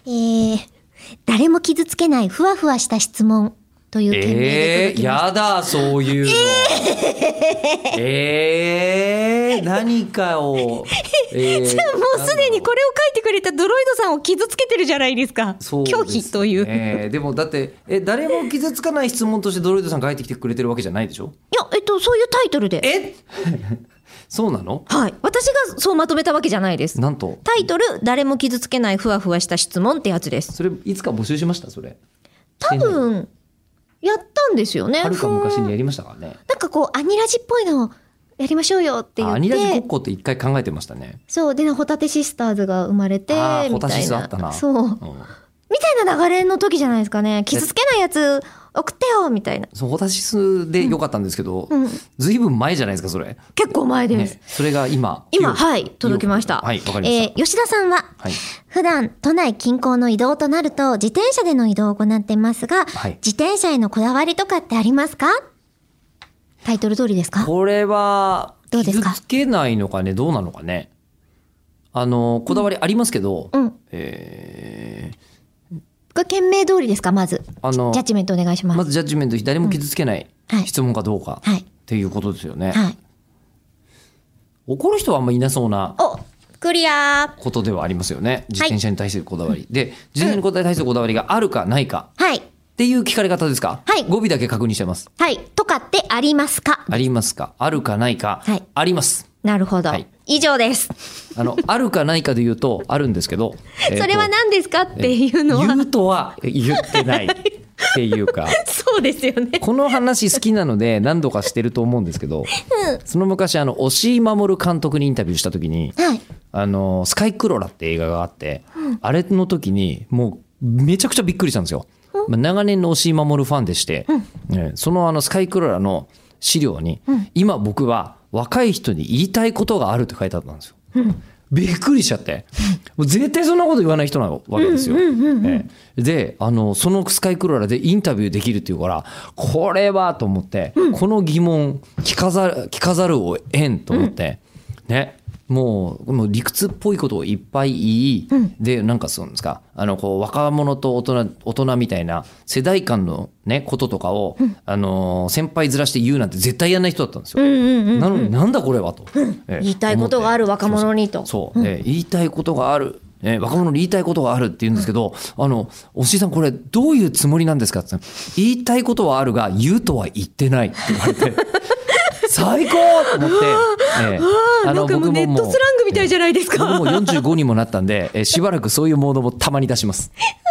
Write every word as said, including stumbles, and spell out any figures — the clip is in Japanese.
えー、誰も傷つけないふわふわした質問という件名で届きました。 えー、やだそういうの。えー、えー、何かを、えー、 じゃあもうすでにこれを書いてくれたドロイドさんを傷つけてるじゃないですか。 そうですね、 拒否という。 えー、でもだってえ誰も傷つかない質問としてドロイドさんが書いてきてくれてるわけじゃないでしょ。 いや、えっとそういうタイトルで。 えそうなの？ はい、私がそうまとめたわけじゃないです。 なんとタイトル誰も傷つけないふわふわした質問ってやつです。 それいつか募集しました？それ多分やったんですよね。 はるか昔にやりましたからね。 なんかこうアニラジっぽいのをやりましょうよって言って、 アニラジごっこって一回考えてましたね。 そうで、ホタテシスターズが生まれてみたいな、 ホタシスあったな。 そう、うん、みたいな流れの時じゃないですかね。傷つけないやつ送ってよみたいな。 そう、ホタシスでよかったんですけど、 うんうん、 ずいぶん前じゃないですかそれ。 結構前です、 ね、それが今今はい届きました。 はい、わかりました。 えー、吉田さんは、はい、普段都内近郊の移動となると自転車での移動を行っていますが、はい、自転車へのこだわりとかってありますか？タイトル通りですか？ これはどうですか？ 傷つけないのかね、どうなのかね。あのこだわりありますけど、 うん、 えー、 これ件名通りですか？まずあのジャッジメントお願いします。 まずジャッジメント、誰も傷つけない、うん、質問かどうか、はい、っていうことですよね、はい、怒る人はあんまりいなそうなおクリアことではありますよね。自転車に対するこだわり、はい、で自転車に対するこだわりがあるかないか、はい、っていう聞かれ方ですか？はい、語尾だけ確認してます。 はい、とかってありますか？ ありますか？あるかないか、はい、あります。 なるほど、はい、以上です。 あのあるかないかで言うとあるんですけどそれは何ですかっていうのは言うとは言ってないっていうかそうですよね。 この話好きなので何度かしてると思うんですけど、うん、その昔あの押井守監督にインタビューした時に、はい、あのスカイクロラって映画があって、うん、あれの時にもうめちゃくちゃびっくりしたんですよ、うん、まあ、長年の押井守ファンでして、うん、ね、そのあのスカイクロラの資料に、うん、今僕は若い人に言いたいことがあるって書いてあったんですよ、うん、びっくりしちゃって、もう絶対そんなこと言わない人なわけですよ、ええ、であのそのスカイクロラでインタビューできるっていうからこれはと思って、うん、この疑問聞かざる、聞かざるを得んと思って、うん、ね、もう、もう理屈っぽいことをいっぱい言い、うん、でなんかそうですか、あのこう若者と大人、大人みたいな世代間の、ね、こととかを、うん、あの先輩ずらして言うなんて絶対やらない人だったんですよ、うんうんうんうん、なのになんだこれはと、 うん、え言いたいことがある若者にと、 そう、そう、うん、え言いたいことがある、ね、若者に言いたいことがあるって言うんですけど、うん、あのおしいさんこれどういうつもりなんですかって、言いたいことはあるが言うとは言ってないって言われて最高と思って、えー、 あのなんかもうネットスラングみたいじゃないですか。 僕もよんじゅうごにもなったんで、えー、しばらくそういうモードもたまに出します。